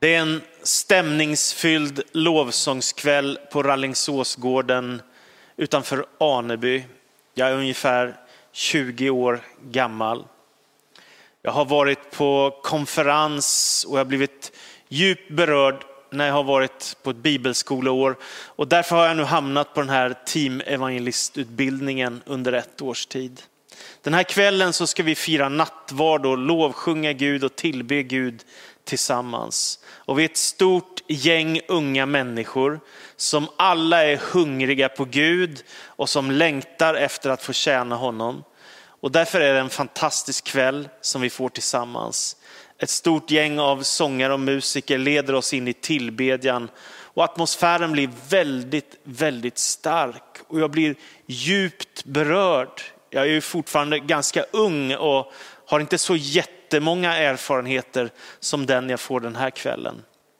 Det är en stämningsfylld lovsångskväll på Rallingsåsgården utanför Aneby. Jag är ungefär 20 år gammal. Jag har varit på konferens och jag har blivit djupt berörd när jag har varit på ett bibelskoleår. Och därför har jag nu hamnat på den här teamevangelistutbildningen under 1 års tid. Den här kvällen så ska vi fira nattvard och lovsjunga Gud och tillbe Gud tillsammans. Och vi är ett stort gäng unga människor som alla är hungriga på Gud och som längtar efter att få tjäna honom. Och därför är det en fantastisk kväll som vi får tillsammans. Ett stort gäng av sångare och musiker leder oss in i tillbedjan. Och atmosfären blir väldigt, väldigt stark. Och jag blir djupt berörd. Jag är ju fortfarande ganska ung och har inte så jättemånga erfarenheter som den jag får den här kvällen.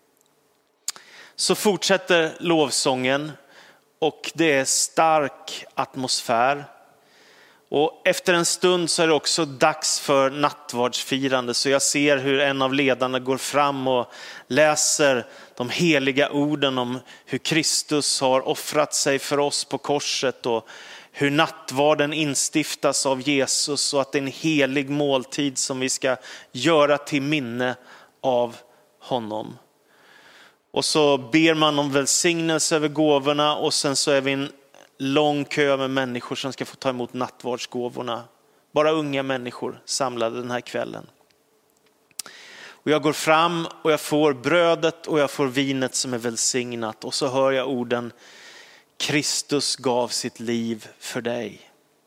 Så fortsätter lovsången och det är stark atmosfär. Och efter en stund så är det också dags för nattvardsfirande. Så jag ser hur en av ledarna går fram och läser de heliga orden om hur Kristus har offrat sig för oss på korset. Och hur nattvarden instiftas av Jesus och att det är en helig måltid som vi ska göra till minne av honom. Och så ber man om välsignelse över gåvorna och sen så är vi en lång kö med människor som ska få ta emot nattvardsgåvorna. Bara unga människor samlade den här kvällen. Och jag går fram och jag får brödet och jag får vinet som är välsignat. Och så hör jag orden: Kristus gav sitt liv för dig.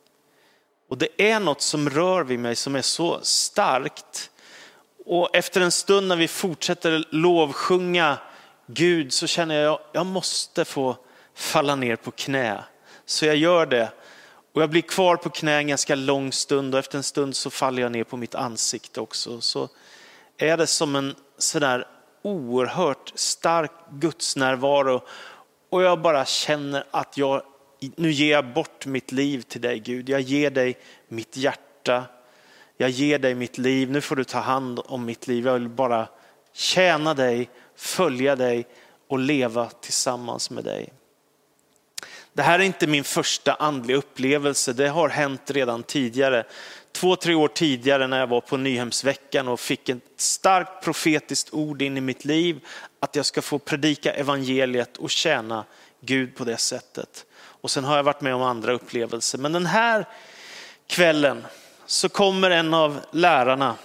Och det är något som rör vid mig som är så starkt. Och efter en stund när vi fortsätter lovsjunga Gud så känner jag måste få falla ner på knä. Så jag gör det. Och jag blir kvar på knä en ganska lång stund och efter en stund så faller jag ner på mitt ansikte också. Så är det som en sådär oerhört stark gudsnärvaro. Och jag bara känner att nu ger jag bort mitt liv till dig Gud. Jag ger dig mitt hjärta. Jag ger dig mitt liv. Nu får du ta hand om mitt liv. Jag vill bara tjäna dig, följa dig och leva tillsammans med dig. Det här är inte min första andliga upplevelse. Det har hänt redan tidigare. 2-3 år tidigare när jag var på Nyhemsveckan och fick ett starkt profetiskt ord in i mitt liv. Att jag ska få predika evangeliet och tjäna Gud på det sättet. Och sen har jag varit med om andra upplevelser. Men den här kvällen så kommer en av lärarna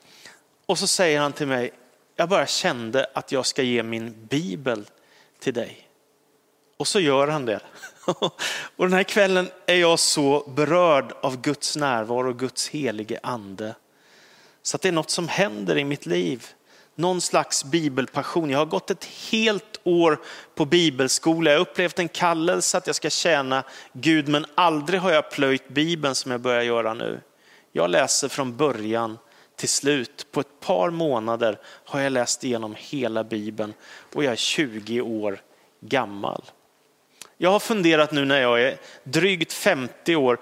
och så säger han till mig: jag bara kände att jag ska ge min bibel till dig. Och så gör han det. Och den här kvällen är jag så berörd av Guds närvaro och Guds helige ande. Så att det är något som händer i mitt liv. Någon slags bibelpassion. Jag har gått ett helt år på bibelskola. Jag har upplevt en kallelse att jag ska tjäna Gud. Men aldrig har jag plöjt Bibeln som jag börjar göra nu. Jag läser från början till slut. På ett par månader har jag läst igenom hela Bibeln. Och jag är 20 år gammal. Jag har funderat nu när jag är drygt 50 år.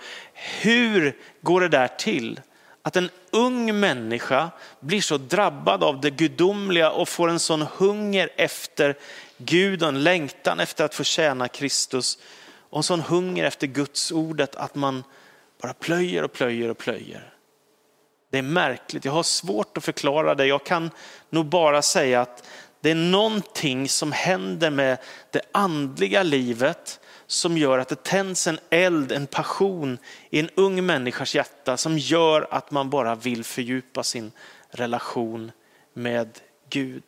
Hur går det där till? Att en ung människa blir så drabbad av det gudomliga och får en sån hunger efter Gud och en längtan efter att få tjäna Kristus. Och en sån hunger efter Guds ordet att man bara plöjer och plöjer och plöjer. Det är märkligt. Jag har svårt att förklara det. Jag kan nog bara säga att det är någonting som händer med det andliga livet som gör att det tänds en eld, en passion i en ung människas hjärta som gör att man bara vill fördjupa sin relation med Gud.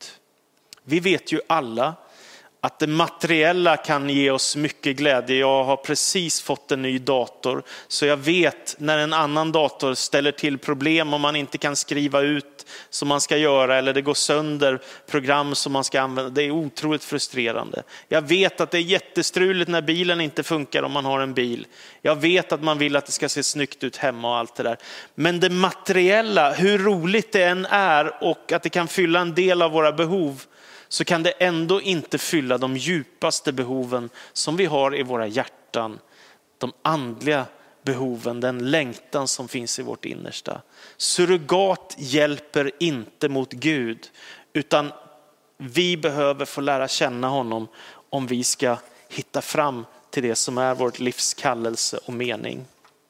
Vi vet ju alla att det materiella kan ge oss mycket glädje. Jag har precis fått en ny dator så jag vet när en annan dator ställer till problem och man inte kan skriva ut som man ska göra eller det går sönder program som man ska använda. Det är otroligt frustrerande. Jag vet att det är jättestruligt när bilen inte funkar om man har en bil. Jag vet att man vill att det ska se snyggt ut hemma och allt det där. Men det materiella, hur roligt det än är och att det kan fylla en del av våra behov, så kan det ändå inte fylla de djupaste behoven som vi har i våra hjärtan. De andliga behoven, den längtan som finns i vårt innersta. Surrogat hjälper inte mot Gud, utan vi behöver få lära känna honom om vi ska hitta fram till det som är vårt livs kallelse och mening.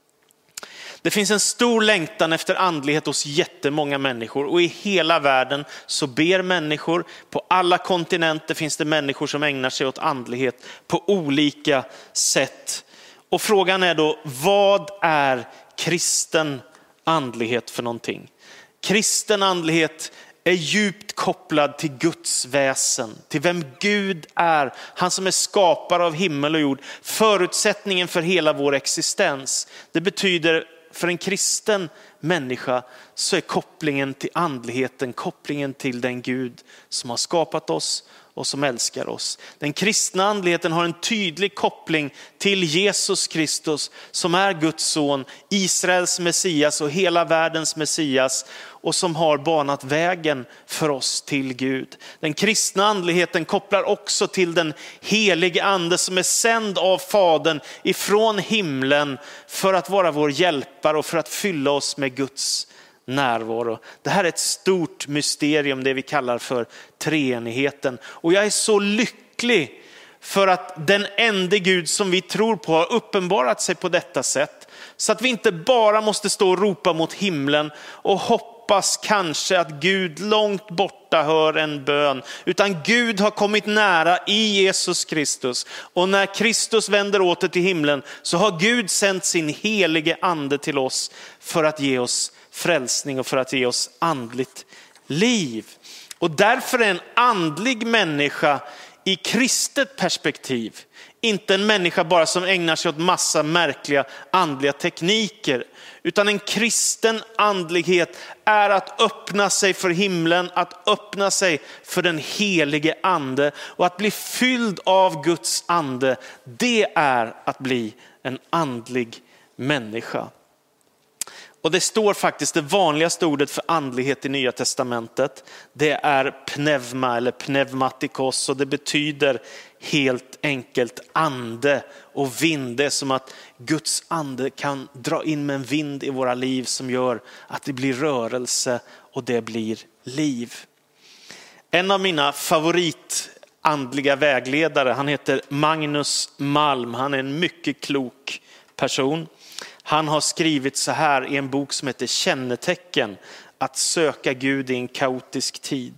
Det finns en stor längtan efter andlighet hos jättemånga människor, och i hela världen så ber människor. På alla kontinenter finns det människor som ägnar sig åt andlighet på olika sätt. Och frågan är då, vad är kristen andlighet för någonting? Kristen andlighet är djupt kopplad till Guds väsen, till vem Gud är. Han som är skapare av himmel och jord, förutsättningen för hela vår existens. Det betyder, för en kristen människa så är kopplingen till andligheten, kopplingen till den Gud som har skapat oss och som älskar oss. Den kristna andligheten har en tydlig koppling till Jesus Kristus som är Guds son, Israels Messias och hela världens Messias, och som har banat vägen för oss till Gud. Den kristna andligheten kopplar också till den helige ande som är sänd av Fadern ifrån himlen för att vara vår hjälpare och för att fylla oss med Guds närvaro. Det här är ett stort mysterium, det vi kallar för treenigheten. Och jag är så lycklig för att den enda Gud som vi tror på har uppenbarat sig på detta sätt. Så att vi inte bara måste stå och ropa mot himlen och hoppas kanske att Gud långt borta hör en bön. Utan Gud har kommit nära i Jesus Kristus. Och när Kristus vänder åter till himlen så har Gud sänt sin helige ande till oss för att ge oss frälsning och för att ge oss andligt liv. Och därför är en andlig människa i kristet perspektiv inte en människa bara som ägnar sig åt massa märkliga andliga tekniker, utan en kristen andlighet är att öppna sig för himlen, att öppna sig för den helige ande, och att bli fylld av Guds ande. Det är att bli en andlig människa. Och det står faktiskt, det vanligaste ordet för andlighet i Nya testamentet, det är pneuma eller pneumatikos, och det betyder helt enkelt ande och vind. Det är som att Guds ande kan dra in med en vind i våra liv som gör att det blir rörelse och det blir liv. En av mina favoritandliga vägledare, han heter Magnus Malm. Han är en mycket klok person. Han har skrivit så här i en bok som heter Kännetecken, att söka Gud i en kaotisk tid.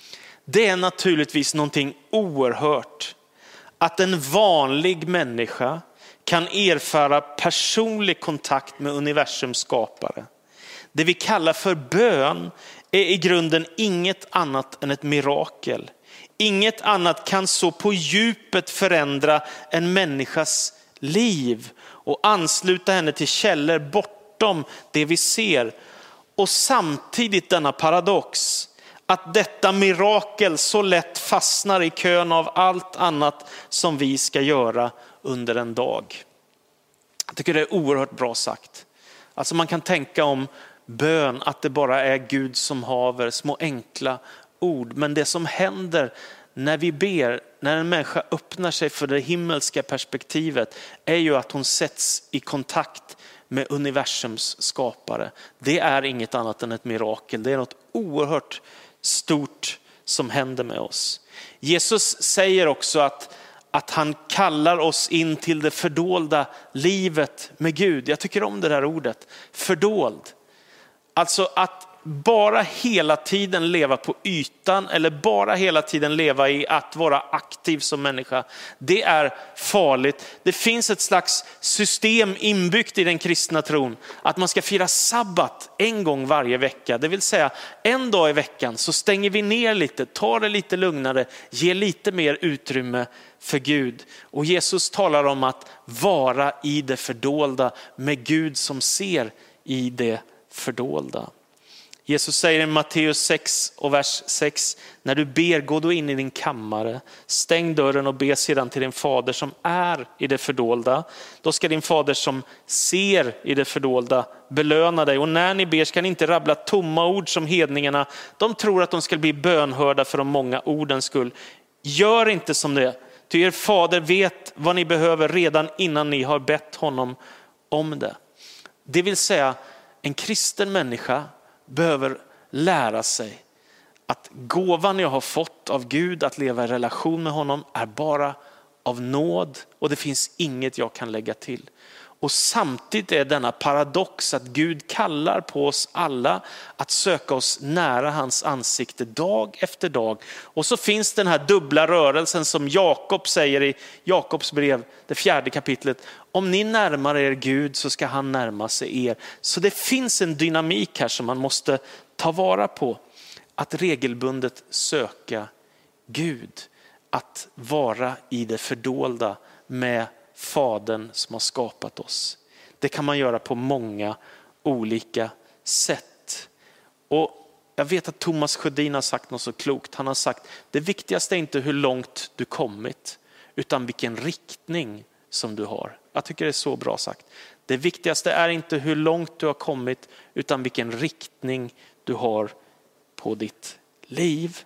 Det är naturligtvis någonting oerhört att en vanlig människa kan erfara personlig kontakt med universums skapare. Det vi kallar för bön är i grunden inget annat än ett mirakel. Inget annat kan så på djupet förändra en människas liv och ansluta henne till källor bortom det vi ser. Och samtidigt denna paradox, att detta mirakel så lätt fastnar i kön av allt annat som vi ska göra under en dag. Jag tycker det är oerhört bra sagt. Alltså man kan tänka om bön att det bara är Gud som haver små enkla ord. Men det som händer när vi ber, när en människa öppnar sig för det himmelska perspektivet, är ju att hon sätts i kontakt med universums skapare. Det är inget annat än ett mirakel. Det är något oerhört stort som händer med oss. Jesus säger också att han kallar oss in till det fördolda livet med Gud. Jag tycker om det där ordet, fördold. Alltså att bara hela tiden leva på ytan eller bara hela tiden leva i att vara aktiv som människa, det är farligt. Det finns ett slags system inbyggt i den kristna tron att man ska fira sabbat en gång varje vecka. Det vill säga en dag i veckan så stänger vi ner lite, tar det lite lugnare, ger lite mer utrymme för Gud. Och Jesus talar om att vara i det fördolda med Gud som ser i det fördolda. Jesus säger i Matteus 6 och vers 6, när du ber, gå då in i din kammare, stäng dörren och be sedan till din fader som är i det fördolda. Då ska din fader som ser i det fördolda belöna dig. Och när ni ber ska ni inte rabbla tomma ord som hedningarna. De tror att de ska bli bönhörda för de många ordens skull. Gör inte som det, ty er fader vet vad ni behöver redan innan ni har bett honom om det. Det vill säga, en kristen människa behöver lära sig att gåvan jag har fått av Gud att leva i relation med honom är bara av nåd och det finns inget jag kan lägga till. Och samtidigt är denna paradox att Gud kallar på oss alla att söka oss nära hans ansikte dag efter dag. Och så finns den här dubbla rörelsen som Jakob säger i Jakobs brev, det 4:e kapitlet. Om ni närmar er Gud så ska han närma sig er. Så det finns en dynamik här som man måste ta vara på. Att regelbundet söka Gud. Att vara i det fördolda med Fadern som har skapat oss. Det kan man göra på många olika sätt. Och jag vet att Thomas Sjödin har sagt något så klokt. Han har sagt, det viktigaste är inte hur långt du kommit, utan vilken riktning som du har. Jag tycker det är så bra sagt. Det viktigaste är inte hur långt du har kommit, utan vilken riktning du har på ditt liv.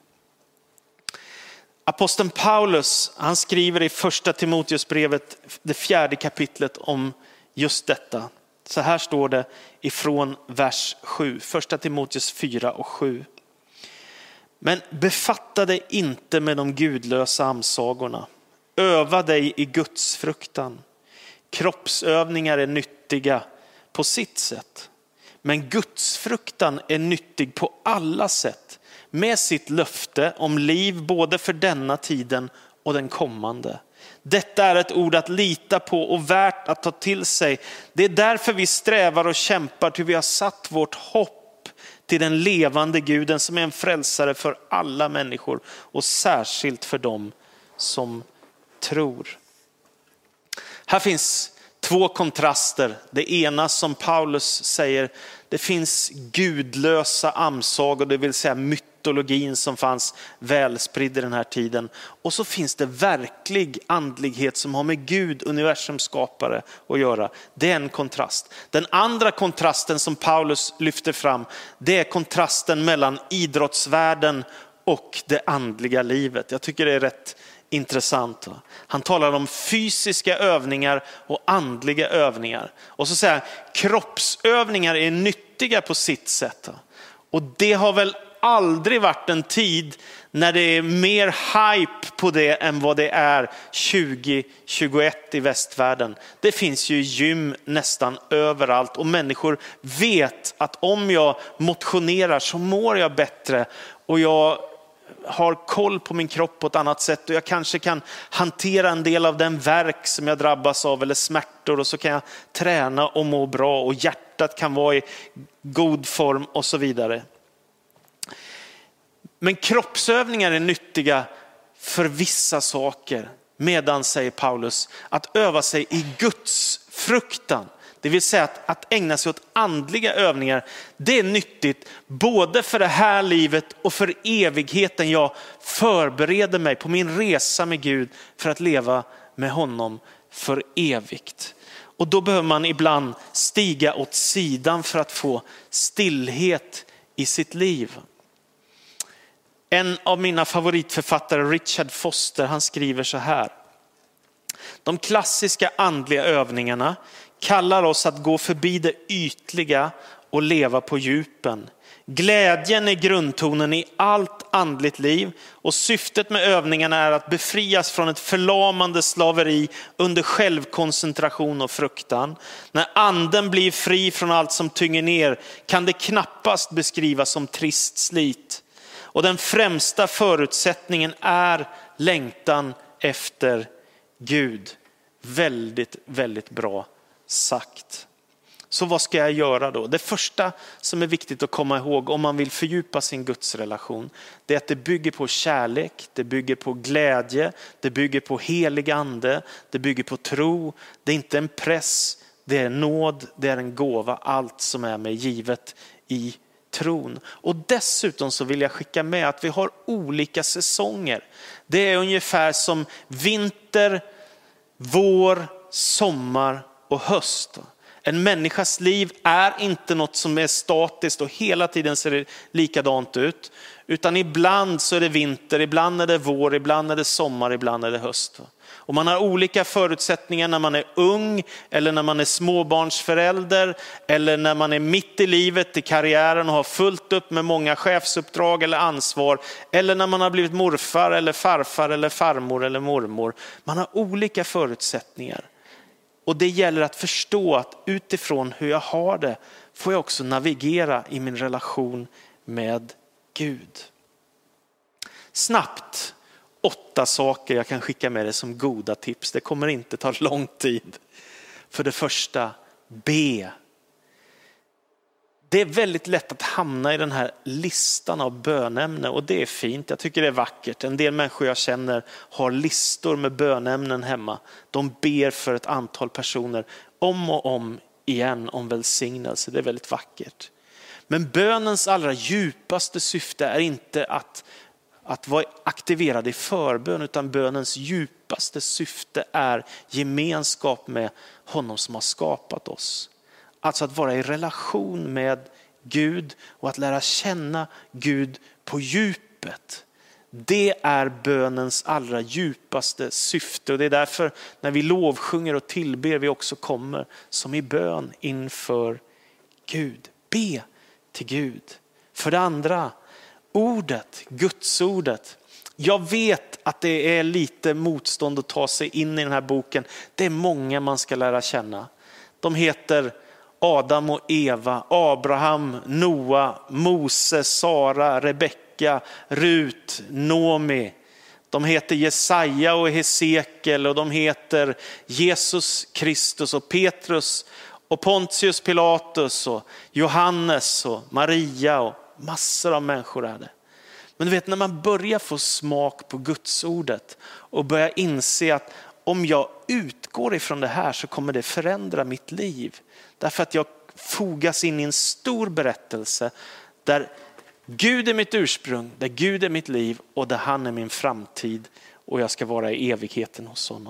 Aposteln Paulus, han skriver i första Timoteusbrevet, det 4:e kapitlet om just detta. Så här står det ifrån vers 7, första Timoteus 4:7. Men befatta dig inte med de gudlösa amsagorna. Öva dig i Guds fruktan. Kroppsövningar är nyttiga på sitt sätt. Men Guds fruktan är nyttig på alla sätt. Med sitt löfte om liv både för denna tiden och den kommande. Detta är ett ord att lita på och värt att ta till sig. Det är därför vi strävar och kämpar till vi har satt vårt hopp till den levande Guden som är en frälsare för alla människor och särskilt för dem som tror. Här finns två kontraster. Det ena som Paulus säger, det finns gudlösa amsagor, det vill säga mytologin som fanns välspridd i den här tiden. Och så finns det verklig andlighet som har med Gud, universums skapare, att göra. Det är en kontrast. Den andra kontrasten som Paulus lyfter fram, det är kontrasten mellan idrottsvärlden och det andliga livet. Jag tycker det är rätt intressant. Han talar om fysiska övningar och andliga övningar. Och så säger han, kroppsövningar är nyttiga på sitt sätt. Och det har väl aldrig varit en tid när det är mer hype på det än vad det är 2021 i västvärlden. Det finns ju gym nästan överallt och människor vet att om jag motionerar så mår jag bättre och jag har koll på min kropp på ett annat sätt och jag kanske kan hantera en del av den värk som jag drabbas av eller smärtor och så kan jag träna och må bra och hjärtat kan vara i god form och så vidare. Men kroppsövningar är nyttiga för vissa saker, medan, säger Paulus, att öva sig i Guds fruktan. Det vill säga att ägna sig åt andliga övningar. Det är nyttigt både för det här livet och för evigheten. Jag förbereder mig på min resa med Gud för att leva med honom för evigt. Och då behöver man ibland stiga åt sidan för att få stillhet i sitt liv. En av mina favoritförfattare, Richard Foster, han skriver så här. De klassiska andliga övningarna kallar oss att gå förbi det ytliga och leva på djupen. Glädjen är grundtonen i allt andligt liv och syftet med övningarna är att befrias från ett förlamande slaveri under självkoncentration och fruktan. När anden blir fri från allt som tynger ner kan det knappast beskrivas som trist slit. Och den främsta förutsättningen är längtan efter Gud. Väldigt, väldigt bra sagt. Så vad ska jag göra då? Det första som är viktigt att komma ihåg om man vill fördjupa sin gudsrelation, det är att det bygger på kärlek, det bygger på glädje, det bygger på helig ande, det bygger på tro. Det är inte en press, det är nåd, det är en gåva, allt som är med givet i tron. Och dessutom så vill jag skicka med att vi har olika säsonger. Det är ungefär som vinter, vår, sommar och höst. En människas liv är inte något som är statiskt och hela tiden ser det likadant ut. Utan ibland så är det vinter, ibland är det vår, ibland är det sommar, ibland är det höst. Och man har olika förutsättningar när man är ung eller när man är småbarnsförälder eller när man är mitt i livet i karriären och har fullt upp med många chefsuppdrag eller ansvar, eller när man har blivit morfar eller farfar eller farmor eller mormor. Man har olika förutsättningar. Och det gäller att förstå att utifrån hur jag har det får jag också navigera i min relation med Gud. Snabbt 8 saker jag kan skicka med dig som goda tips. Det kommer inte ta lång tid. För det första, be. Det är väldigt lätt att hamna i den här listan av bönämnen och det är fint. Jag tycker det är vackert. En del människor jag känner har listor med bönämnen hemma. De ber för ett antal personer om och om igen om välsignelse. Det är väldigt vackert. Men bönens allra djupaste syfte är inte att vara aktiverad i förbön, utan bönens djupaste syfte är gemenskap med honom som har skapat oss. Alltså att vara i relation med Gud och att lära känna Gud på djupet. Det är bönens allra djupaste syfte, och det är därför när vi lovsjunger och tillber vi också kommer som i bön inför Gud. Be till Gud. För det andra, ordet, Guds ordet. Jag vet att det är lite motstånd att ta sig in i den här boken. Det är många man ska lära känna. De heter Adam och Eva, Abraham, Noa, Moses, Sara, Rebecka, Rut, Nomi. De heter Jesaja och Hesekiel och de heter Jesus Kristus och Petrus och Pontius Pilatus och Johannes och Maria och massor av människor är det. Men du vet, när man börjar få smak på Guds ordet och börjar inse att om jag utgår ifrån det här så kommer det förändra mitt liv. Därför att jag fogas in i en stor berättelse där Gud är mitt ursprung, där Gud är mitt liv och där han är min framtid och jag ska vara i evigheten hos honom.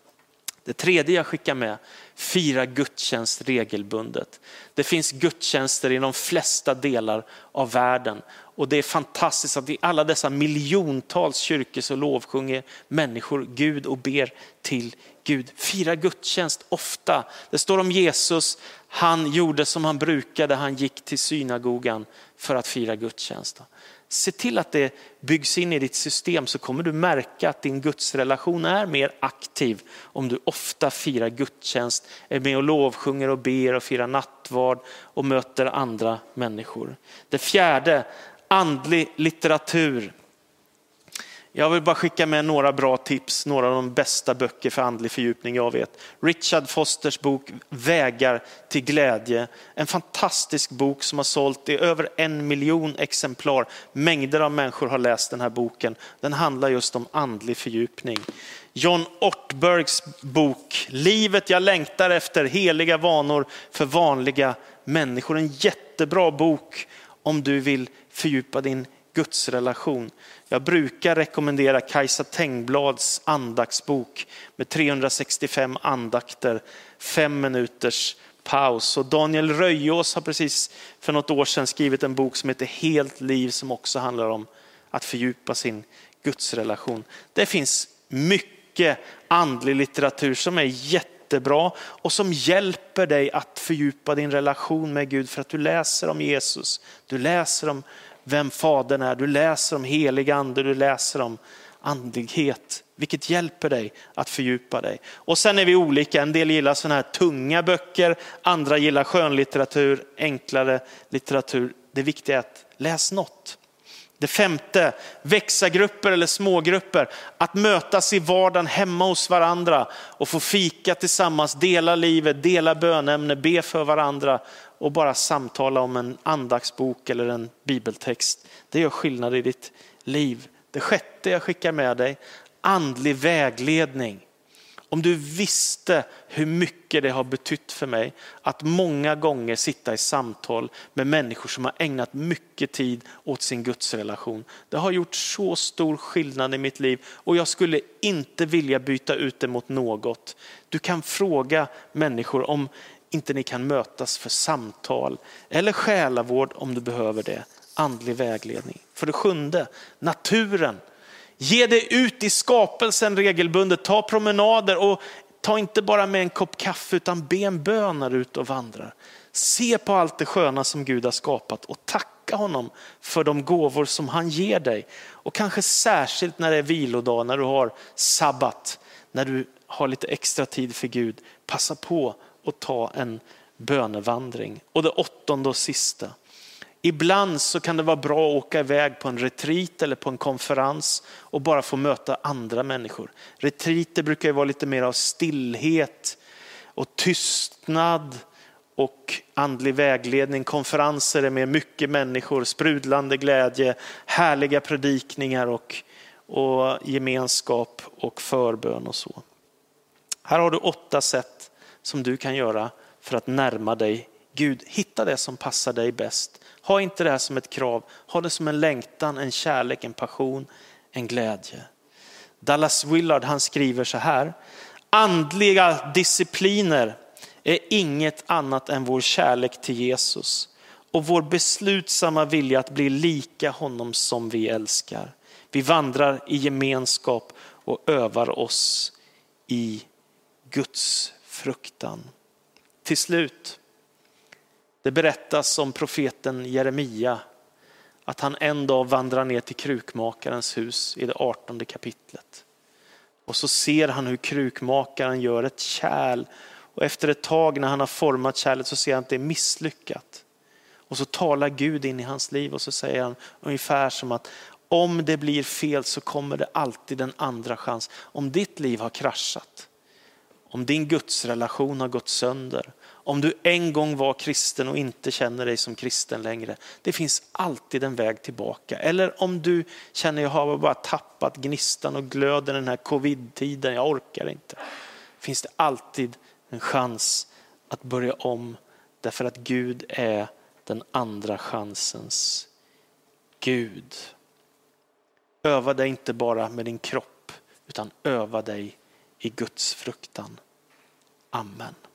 Det tredje jag skickar med, fira gudstjänst regelbundet. Det finns gudstjänster i de flesta delar av världen. Och det är fantastiskt att i alla dessa miljontals kyrkor så lovsjunger människor Gud och ber till Gud. Fira gudstjänst ofta. Det står om Jesus, han gjorde som han brukade, han gick till synagogan för att fira gudstjänst. Se till att det byggs in i ditt system, så kommer du märka att din gudsrelation är mer aktiv om du ofta firar gudstjänst, är med och lovsjunger och ber och firar nattvard och möter andra människor. Det fjärde, andlig litteratur. Jag vill bara skicka med några bra tips, några av de bästa böcker för andlig fördjupning jag vet. Richard Fosters bok Vägar till glädje. En fantastisk bok som har sålt i över 1 miljon exemplar. Mängder av människor har läst den här boken. Den handlar just om andlig fördjupning. John Ortbergs bok Livet jag längtar efter, heliga vanor för vanliga människor. En jättebra bok om du vill fördjupa din gudsrelation. Jag brukar rekommendera Kajsa Tengblads andaktsbok med 365 andakter, 5 minuters paus. Och Daniel Röjås har precis för något år sedan skrivit en bok som heter Helt liv, som också handlar om att fördjupa sin gudsrelation. Det finns mycket andlig litteratur som är jättebra och som hjälper dig att fördjupa din relation med Gud, för att du läser om Jesus, du läser om vem Fadern är, du läser om helig ande, du läser om andlighet, vilket hjälper dig att fördjupa dig. Och sen är vi olika, en del gillar sådana här tunga böcker, andra gillar skönlitteratur, enklare litteratur. Det viktiga är att läs något. Det femte, växa-grupper eller smågrupper. Att mötas i vardagen hemma hos varandra och få fika tillsammans, dela livet, dela bönämne, be för varandra och bara samtala om en andaktsbok eller en bibeltext. Det gör skillnad i ditt liv. Det sjätte jag skickar med dig, andlig vägledning. Om du visste hur mycket det har betytt för mig att många gånger sitta i samtal med människor som har ägnat mycket tid åt sin gudsrelation. Det har gjort så stor skillnad i mitt liv och jag skulle inte vilja byta ut det mot något. Du kan fråga människor om inte ni kan mötas för samtal eller själavård om du behöver det. andlig vägledning. För det 7, naturen. Ge dig ut i skapelsen regelbundet. Ta promenader och ta inte bara med en kopp kaffe utan be en bön när du är ute och vandrar. Se på allt det sköna som Gud har skapat och tacka honom för de gåvor som han ger dig. Och kanske särskilt när det är vilodag, när du har sabbat, när du har lite extra tid för Gud. Passa på att ta en bönevandring. Och det 8 och sista. Ibland så kan det vara bra att åka iväg på en retreat eller på en konferens och bara få möta andra människor. Retreater brukar ju vara lite mer av stillhet och tystnad och andlig vägledning. Konferenser är med mycket människor, sprudlande glädje, härliga predikningar och gemenskap och förbön och så. Här har du 8 sätt som du kan göra för att närma dig Gud. Hitta det som passar dig bäst. Ha inte det här som ett krav. Ha det som en längtan, en kärlek, en passion, en glädje. Dallas Willard, han skriver så här: andliga discipliner är inget annat än vår kärlek till Jesus och vår beslutsamma vilja att bli lika honom som vi älskar. Vi vandrar i gemenskap och övar oss i Guds fruktan. Till slut, det berättas om profeten Jeremia att han en dag vandrar ner till krukmakarens hus i det 18:e kapitlet. Och så ser han hur krukmakaren gör ett kärl. Och efter ett tag när han har format kärlet så ser han att det är misslyckat. Och så talar Gud in i hans liv och så säger han ungefär som att om det blir fel så kommer det alltid en andra chans. Om ditt liv har kraschat, om din gudsrelation har gått sönder, om du en gång var kristen och inte känner dig som kristen längre, det finns alltid en väg tillbaka. Eller om du känner jag har bara tappat gnistan och glöden den här covid-tiden, jag orkar inte. Finns det alltid en chans att börja om, därför att Gud är den andra chansens Gud. Öva dig inte bara med din kropp utan öva dig i Guds fruktan. Amen.